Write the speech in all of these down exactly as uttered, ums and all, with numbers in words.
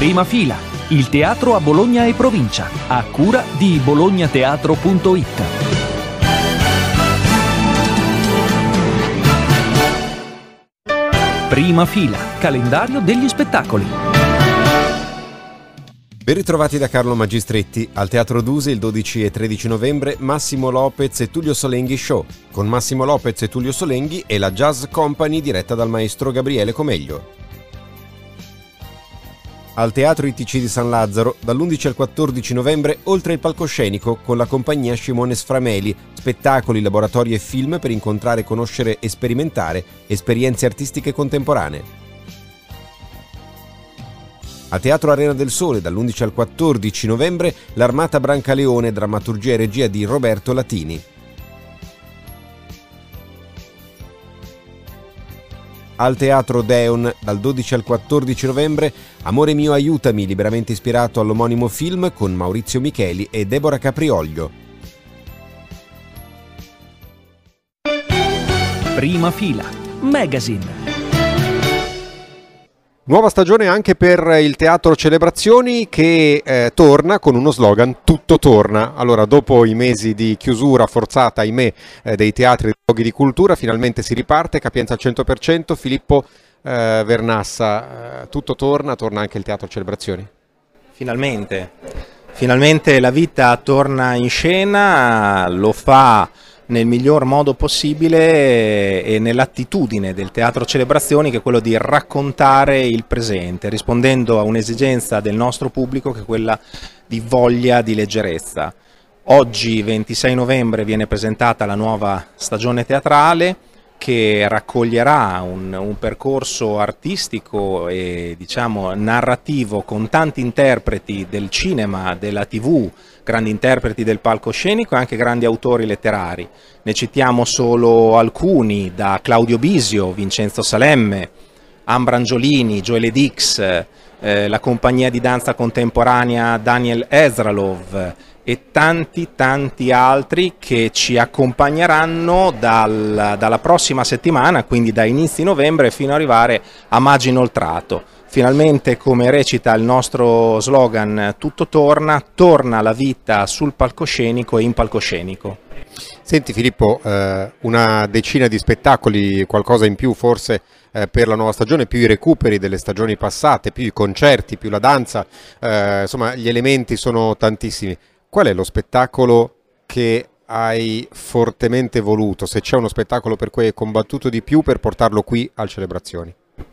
Prima fila, il teatro a Bologna e provincia, a cura di bolognateatro punto it. Prima fila, calendario degli spettacoli. Ben ritrovati da Carlo Magistretti. Al Teatro Duse il dodici e tredici novembre Massimo Lopez e Tullio Solenghi Show, con Massimo Lopez e Tullio Solenghi e la Jazz Company diretta dal maestro Gabriele Comeglio. Al Teatro I T C di San Lazzaro dall'undici al quattordici novembre Oltre il palcoscenico con la compagnia Scimone Sframeli, spettacoli, laboratori e film per incontrare, conoscere e sperimentare esperienze artistiche contemporanee. A Teatro Arena del Sole dall'undici al quattordici novembre L'Armata Brancaleone, drammaturgia e regia di Roberto Latini. Al Teatro Deon dal dodici al quattordici novembre Amore mio aiutami, liberamente ispirato all'omonimo film con Maurizio Micheli e Deborah Caprioglio. Prima fila, Magazine. Nuova stagione anche per il Teatro Celebrazioni che eh, torna con uno slogan "Tutto torna". Allora, dopo i mesi di chiusura forzata, ahimè, eh, dei teatri e dei luoghi di cultura, finalmente si riparte, capienza al cento per cento. Filippo eh, Vernassa, eh, tutto torna, torna anche il Teatro Celebrazioni? Finalmente, finalmente la vita torna in scena, lo fa nel miglior modo possibile e nell'attitudine del Teatro Celebrazioni, che è quello di raccontare il presente, rispondendo a un'esigenza del nostro pubblico che è quella di voglia di leggerezza. Oggi, ventisei novembre, viene presentata la nuova stagione teatrale che raccoglierà un, un percorso artistico e, diciamo, narrativo con tanti interpreti del cinema, della tivù, grandi interpreti del palcoscenico e anche grandi autori letterari. Ne citiamo solo alcuni: da Claudio Bisio, Vincenzo Salemme, Ambra Angiolini, Joele Dix, eh, la compagnia di danza contemporanea Daniel Ezralov e tanti tanti altri che ci accompagneranno dal, dalla prossima settimana, quindi da inizi novembre fino ad arrivare a maggio inoltrato. Finalmente, come recita il nostro slogan, tutto torna, torna la vita sul palcoscenico e in palcoscenico. Senti Filippo, eh, una decina di spettacoli, qualcosa in più forse eh, per la nuova stagione, più i recuperi delle stagioni passate, più i concerti, più la danza, eh, insomma gli elementi sono tantissimi. Qual è lo spettacolo che hai fortemente voluto, se c'è uno spettacolo per cui hai combattuto di più per portarlo qui al Celebrazioni?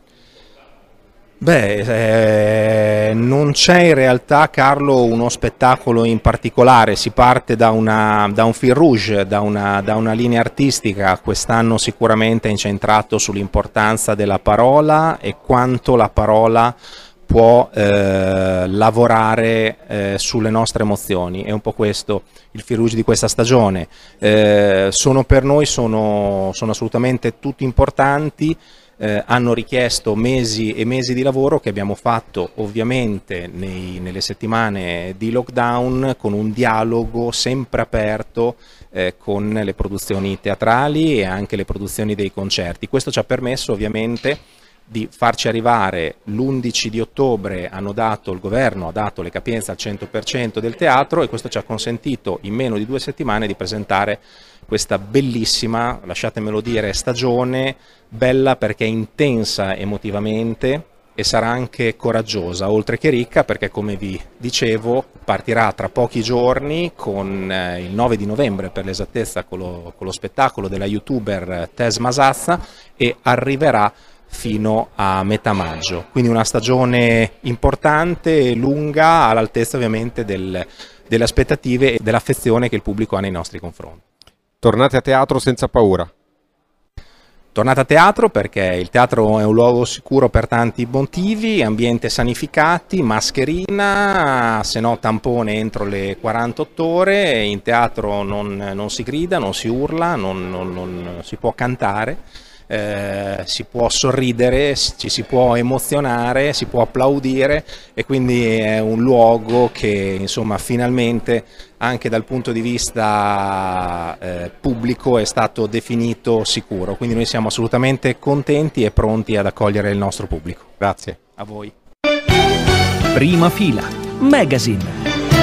Beh, eh, non c'è in realtà, Carlo, uno spettacolo in particolare. Si parte da, una, da un fil rouge, da una, da una linea artistica. Quest'anno sicuramente è incentrato sull'importanza della parola e quanto la parola può eh, lavorare eh, sulle nostre emozioni. È un po' questo il fil rouge di questa stagione. Eh, sono per noi sono, sono assolutamente tutti importanti. Eh, hanno richiesto mesi e mesi di lavoro che abbiamo fatto ovviamente nei, nelle settimane di lockdown, con un dialogo sempre aperto eh, con le produzioni teatrali e anche le produzioni dei concerti. Questo ci ha permesso ovviamente di farci arrivare l'undici di ottobre. Hanno dato, il governo ha dato le capienze al cento per cento del teatro e questo ci ha consentito in meno di due settimane di presentare questa bellissima, lasciatemelo dire, stagione, bella perché intensa emotivamente e sarà anche coraggiosa, oltre che ricca, perché come vi dicevo partirà tra pochi giorni con eh, il nove di novembre per l'esattezza con lo, con lo spettacolo della youtuber Tess Masazza e arriverà fino a metà maggio, quindi una stagione importante, lunga, all'altezza ovviamente del, delle aspettative e dell'affezione che il pubblico ha nei nostri confronti. Tornate a teatro senza paura. Tornate a teatro perché il teatro è un luogo sicuro per tanti motivi: ambiente sanificati, mascherina, se no tampone entro le quarantotto ore, in teatro non, non si grida, non si urla, non, non, non si può cantare. Eh, si può sorridere, ci si può emozionare, si può applaudire e quindi è un luogo che insomma finalmente anche dal punto di vista eh, pubblico è stato definito sicuro, quindi noi siamo assolutamente contenti e pronti ad accogliere il nostro pubblico. Grazie. A voi. Prima Fila, Magazine.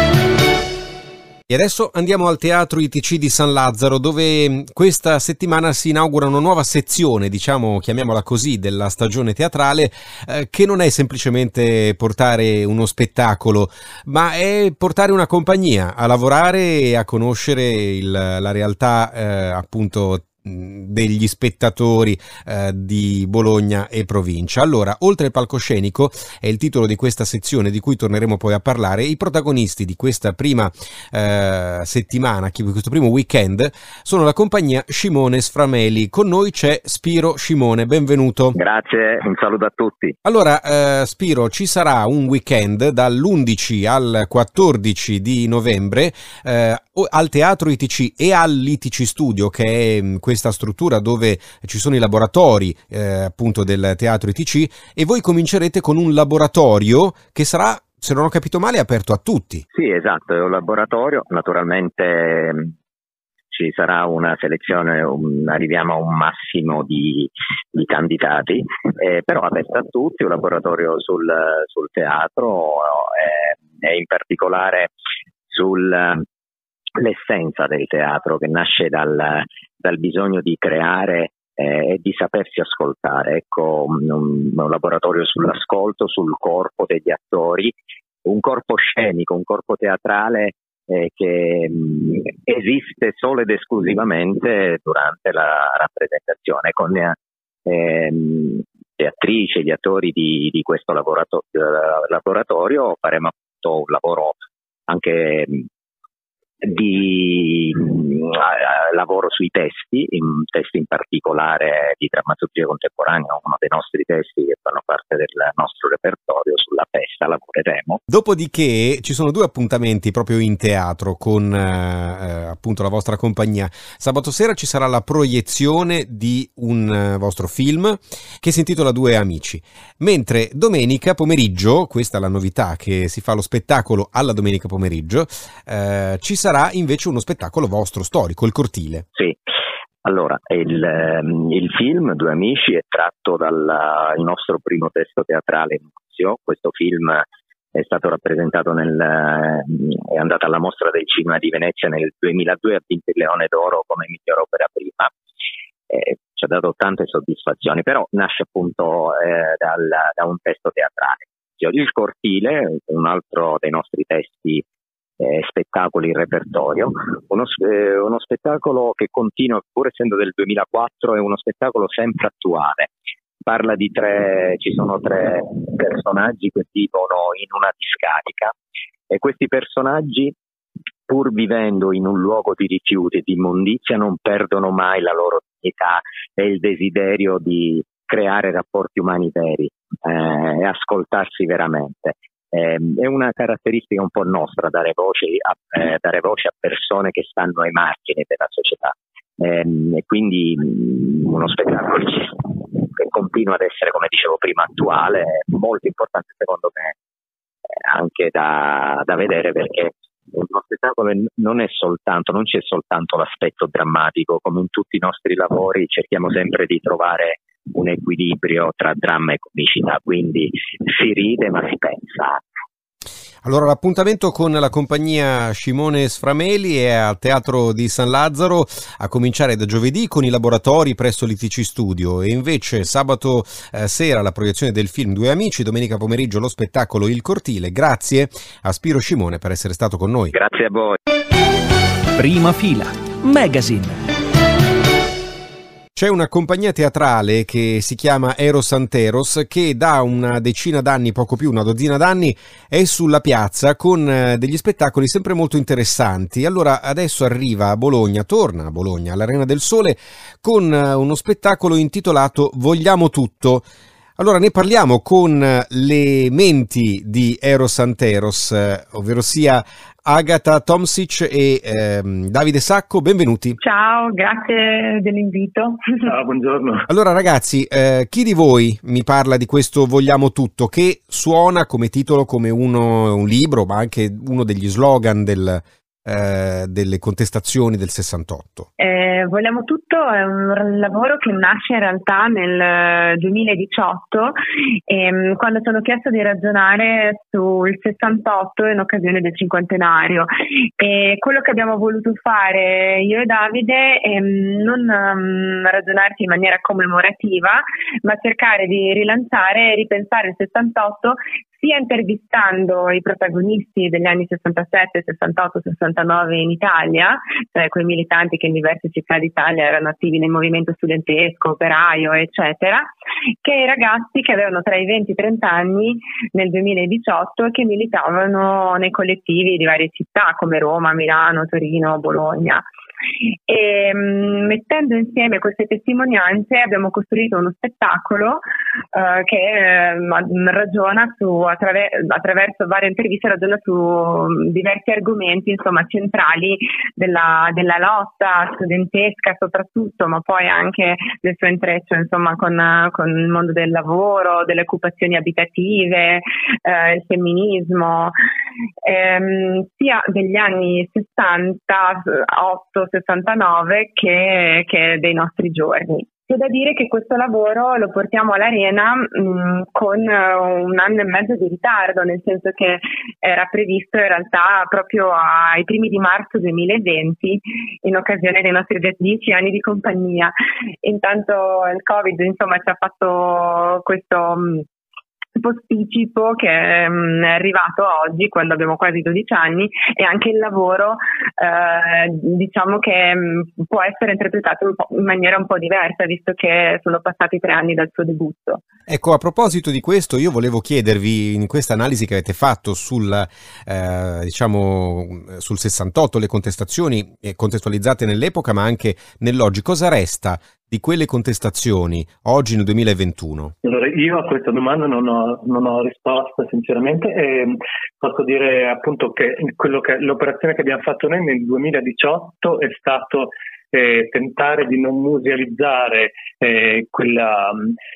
E adesso andiamo al Teatro I T C di San Lazzaro, dove questa settimana si inaugura una nuova sezione, diciamo, chiamiamola così, della stagione teatrale, eh, che non è semplicemente portare uno spettacolo, ma è portare una compagnia a lavorare e a conoscere il, la realtà, eh, appunto, degli spettatori eh, di Bologna e provincia. Allora, oltre al palcoscenico, è il titolo di questa sezione di cui torneremo poi a parlare. I protagonisti di questa prima eh, settimana, di questo primo weekend, sono la compagnia Scimone Sframeli. Con noi c'è Spiro Scimone, benvenuto. Grazie, un saluto a tutti. Allora, eh, Spiro, ci sarà un weekend dall'undici al quattordici di novembre eh, al Teatro I T C e all'I T C Studio, che è questa struttura dove ci sono i laboratori eh, appunto del Teatro I T C, e voi comincerete con un laboratorio che sarà, se non ho capito male, aperto a tutti. Sì, esatto, è un laboratorio, naturalmente ci sarà una selezione, un, arriviamo a un massimo di, di candidati, eh, però aperto a tutti, un laboratorio sul, sul teatro eh, e in particolare sul l'essenza del teatro, che nasce dal, dal bisogno di creare eh, e di sapersi ascoltare. Ecco, un, un laboratorio sull'ascolto, sul corpo degli attori, un corpo scenico, un corpo teatrale eh, che mh, esiste solo ed esclusivamente durante la rappresentazione, con eh, le attrici e gli attori di, di questo laborato- laboratorio faremo appunto un lavoro anche mh, di uh, lavoro sui testi, in testi in particolare di drammaturgia contemporanea, uno dei nostri testi che fanno parte del nostro repertorio. Sulla festa lavoreremo. Dopodiché ci sono due appuntamenti proprio in teatro con eh, appunto la vostra compagnia. Sabato sera ci sarà la proiezione di un uh, vostro film che si intitola Due amici, mentre domenica pomeriggio, questa è la novità, che si fa lo spettacolo alla domenica pomeriggio, eh, ci sarà sarà invece uno spettacolo vostro storico, Il Cortile. Sì, allora il, il film Due amici è tratto dal il nostro primo testo teatrale Nunzio. Questo film è stato rappresentato nel è andato alla Mostra del Cinema di Venezia nel duemiladue, ha vinto il Leone d'Oro come miglior opera prima. Eh, ci ha dato tante soddisfazioni, però nasce appunto eh, dal, da un testo teatrale. Il Cortile, un altro dei nostri testi Eh, spettacoli in repertorio, uno, eh, uno spettacolo che continua, pur essendo del duemilaquattro, è uno spettacolo sempre attuale. Parla di tre, ci sono tre personaggi che vivono in una discarica, e questi personaggi, pur vivendo in un luogo di rifiuti e di immondizia, non perdono mai la loro dignità e il desiderio di creare rapporti umani veri eh, e ascoltarsi veramente. Eh, è una caratteristica un po' nostra dare voce a, eh, dare voce a persone che stanno ai margini della società, eh, e quindi mh, uno spettacolo che continua ad essere, come dicevo prima, attuale, molto importante secondo me eh, anche da, da vedere, perché uno spettacolo non è soltanto, non c'è soltanto l'aspetto drammatico. Come in tutti i nostri lavori cerchiamo sempre di trovare un equilibrio tra dramma e comicità, quindi si ride ma si pensa. Allora, l'appuntamento con la compagnia Scimone Sframeli è al Teatro di San Lazzaro, a cominciare da giovedì con i laboratori presso l'I T C Studio, e invece sabato eh, sera la proiezione del film Due amici, domenica pomeriggio lo spettacolo Il Cortile. Grazie a Spiro Scimone per essere stato con noi. Grazie a voi. Prima Fila, Magazine. C'è una compagnia teatrale che si chiama Eros Anteros, che da una decina d'anni, poco più, una dozzina d'anni, è sulla piazza con degli spettacoli sempre molto interessanti. Allora adesso arriva a Bologna, torna a Bologna, all'Arena del Sole, con uno spettacolo intitolato Vogliamo tutto. Allora ne parliamo con le menti di Eros Anteros, ovvero sia Agata Tomsic e ehm, Davide Sacco, benvenuti. Ciao, grazie dell'invito. Ciao, buongiorno. Allora ragazzi, eh, chi di voi mi parla di questo Vogliamo tutto, che suona come titolo come uno, un libro, ma anche uno degli slogan del, eh, delle contestazioni del sessantotto? Eh, Vogliamo tutto è un lavoro che nasce in realtà nel duemiladiciotto, ehm, quando sono chiesto di ragionare sul sessantotto in occasione del cinquantenario, e quello che abbiamo voluto fare io e Davide è non um, ragionarci in maniera commemorativa, ma cercare di rilanciare e ripensare il sessantotto sia intervistando i protagonisti degli anni sessantasette, sessantotto, sessantanove in Italia, cioè quei militanti che in diverse città d'Italia erano attivi nel movimento studentesco, operaio, eccetera, che i ragazzi che avevano tra i venti e i trenta anni nel duemiladiciotto e che militavano nei collettivi di varie città come Roma, Milano, Torino, Bologna. E mh, mettendo insieme queste testimonianze abbiamo costruito uno spettacolo uh, che eh, ragiona su attraver- attraverso varie interviste ragiona su um, diversi argomenti, insomma, centrali della, della lotta studentesca soprattutto, ma poi anche del suo intreccio, insomma, con, uh, con il mondo del lavoro, delle occupazioni abitative, uh, il femminismo, ehm, sia degli anni sessantotto sessantanove che, che dei nostri giorni. C'è da dire che questo lavoro lo portiamo all'Arena mh, con uh, un anno e mezzo di ritardo, nel senso che era previsto in realtà proprio ai primi di marzo duemilaventi, in occasione dei nostri dieci anni di compagnia. Intanto il Covid, insomma, ci ha fatto questo mh, posticipo che um, è arrivato oggi quando abbiamo quasi dodici anni, e anche il lavoro eh, diciamo che um, può essere interpretato un po' in maniera un po' diversa, visto che sono passati tre anni dal suo debutto. Ecco, a proposito di questo, io volevo chiedervi, in questa analisi che avete fatto sul, eh, diciamo, sul sessantotto, le contestazioni eh, contestualizzate nell'epoca ma anche nell'oggi, cosa resta di quelle contestazioni oggi nel duemilaventuno? Allora, io a questa domanda non ho, non ho risposta sinceramente, e posso dire appunto che, quello che l'operazione che abbiamo fatto noi nel duemiladiciotto è stato eh, tentare di non musealizzare eh, quella...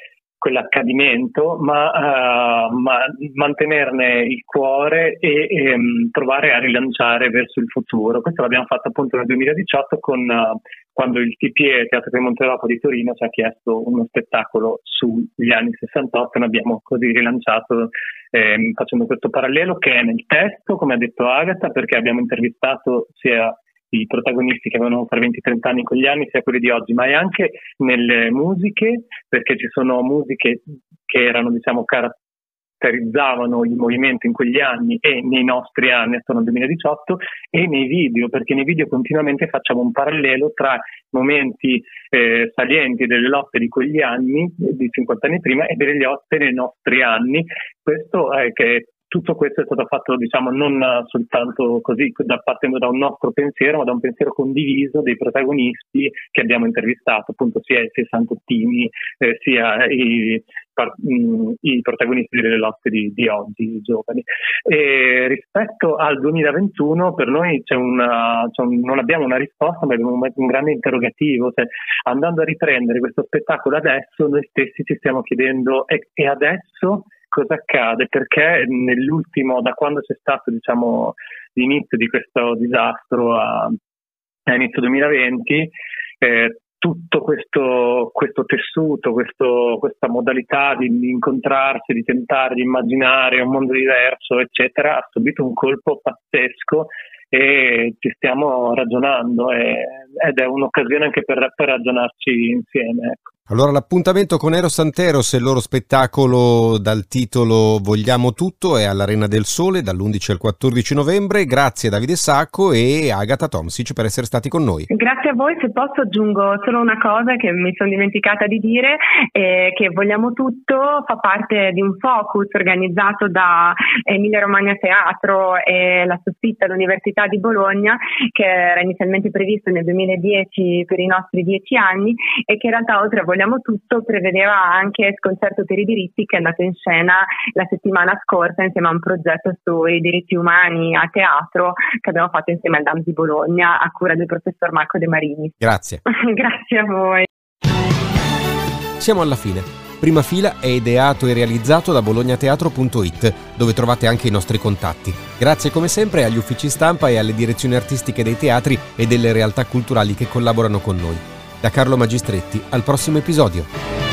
quell'accadimento, ma, uh, ma mantenerne il cuore e, e um, provare a rilanciare verso il futuro. Questo l'abbiamo fatto appunto nel duemiladiciotto con, uh, quando il T P E, Teatro di Monteropo di Torino, ci ha chiesto uno spettacolo sugli anni sessantotto, e ne abbiamo così rilanciato eh, facendo questo parallelo che è nel testo, come ha detto Agata, perché abbiamo intervistato sia i protagonisti che avevano tra venti e trenta anni in quegli anni, sia quelli di oggi, ma è anche nelle musiche, perché ci sono musiche che erano, diciamo, caratterizzavano il movimento in quegli anni e nei nostri anni, attorno al duemiladiciotto, e nei video, perché nei video continuamente facciamo un parallelo tra momenti eh, salienti delle lotte di quegli anni, di cinquanta anni prima, e delle lotte nei nostri anni. Questo è che tutto questo è stato fatto, diciamo, non soltanto così, da, partendo da un nostro pensiero, ma da un pensiero condiviso dei protagonisti che abbiamo intervistato, appunto sia i sessantottini, eh, sia i, par, mh, i protagonisti delle lotte di, di oggi, i giovani. E rispetto al duemilaventuno, per noi c'è una, c'è un, non abbiamo una risposta, ma abbiamo un, un grande interrogativo. Cioè, andando a riprendere questo spettacolo adesso, noi stessi ci stiamo chiedendo, e, e adesso cosa accade? Perché nell'ultimo, da quando c'è stato, diciamo, l'inizio di questo disastro a, a inizio duemilaventi, eh, tutto questo, questo tessuto, questo, questa modalità di, di incontrarsi, di tentare di immaginare un mondo diverso, eccetera, ha subito un colpo pazzesco, e ci stiamo ragionando, e, ed è un'occasione anche per, per ragionarci insieme, ecco. Allora, l'appuntamento con Eros Anteros e il loro spettacolo dal titolo Vogliamo tutto è all'Arena del Sole dall'undici al quattordici novembre. Grazie Davide Sacco e Agata Tomsic per essere stati con noi. Grazie a voi. Se posso aggiungo solo una cosa che mi sono dimenticata di dire, eh, che Vogliamo tutto fa parte di un focus organizzato da Emilia Romagna Teatro e la Soffitta all'Università di Bologna, che era inizialmente previsto nel duemiladieci per i nostri dieci anni, e che in realtà, oltre a Vogliamo tutto, prevedeva anche Sconcerto per i diritti, che è andato in scena la settimana scorsa insieme a un progetto sui diritti umani a teatro che abbiamo fatto insieme al D A M di Bologna a cura del professor Marco De Marini. Grazie. Grazie a voi. Siamo alla fine. Prima Fila è ideato e realizzato da bologna teatro punto it, dove trovate anche i nostri contatti. Grazie come sempre agli uffici stampa e alle direzioni artistiche dei teatri e delle realtà culturali che collaborano con noi. Da Carlo Magistretti, al prossimo episodio.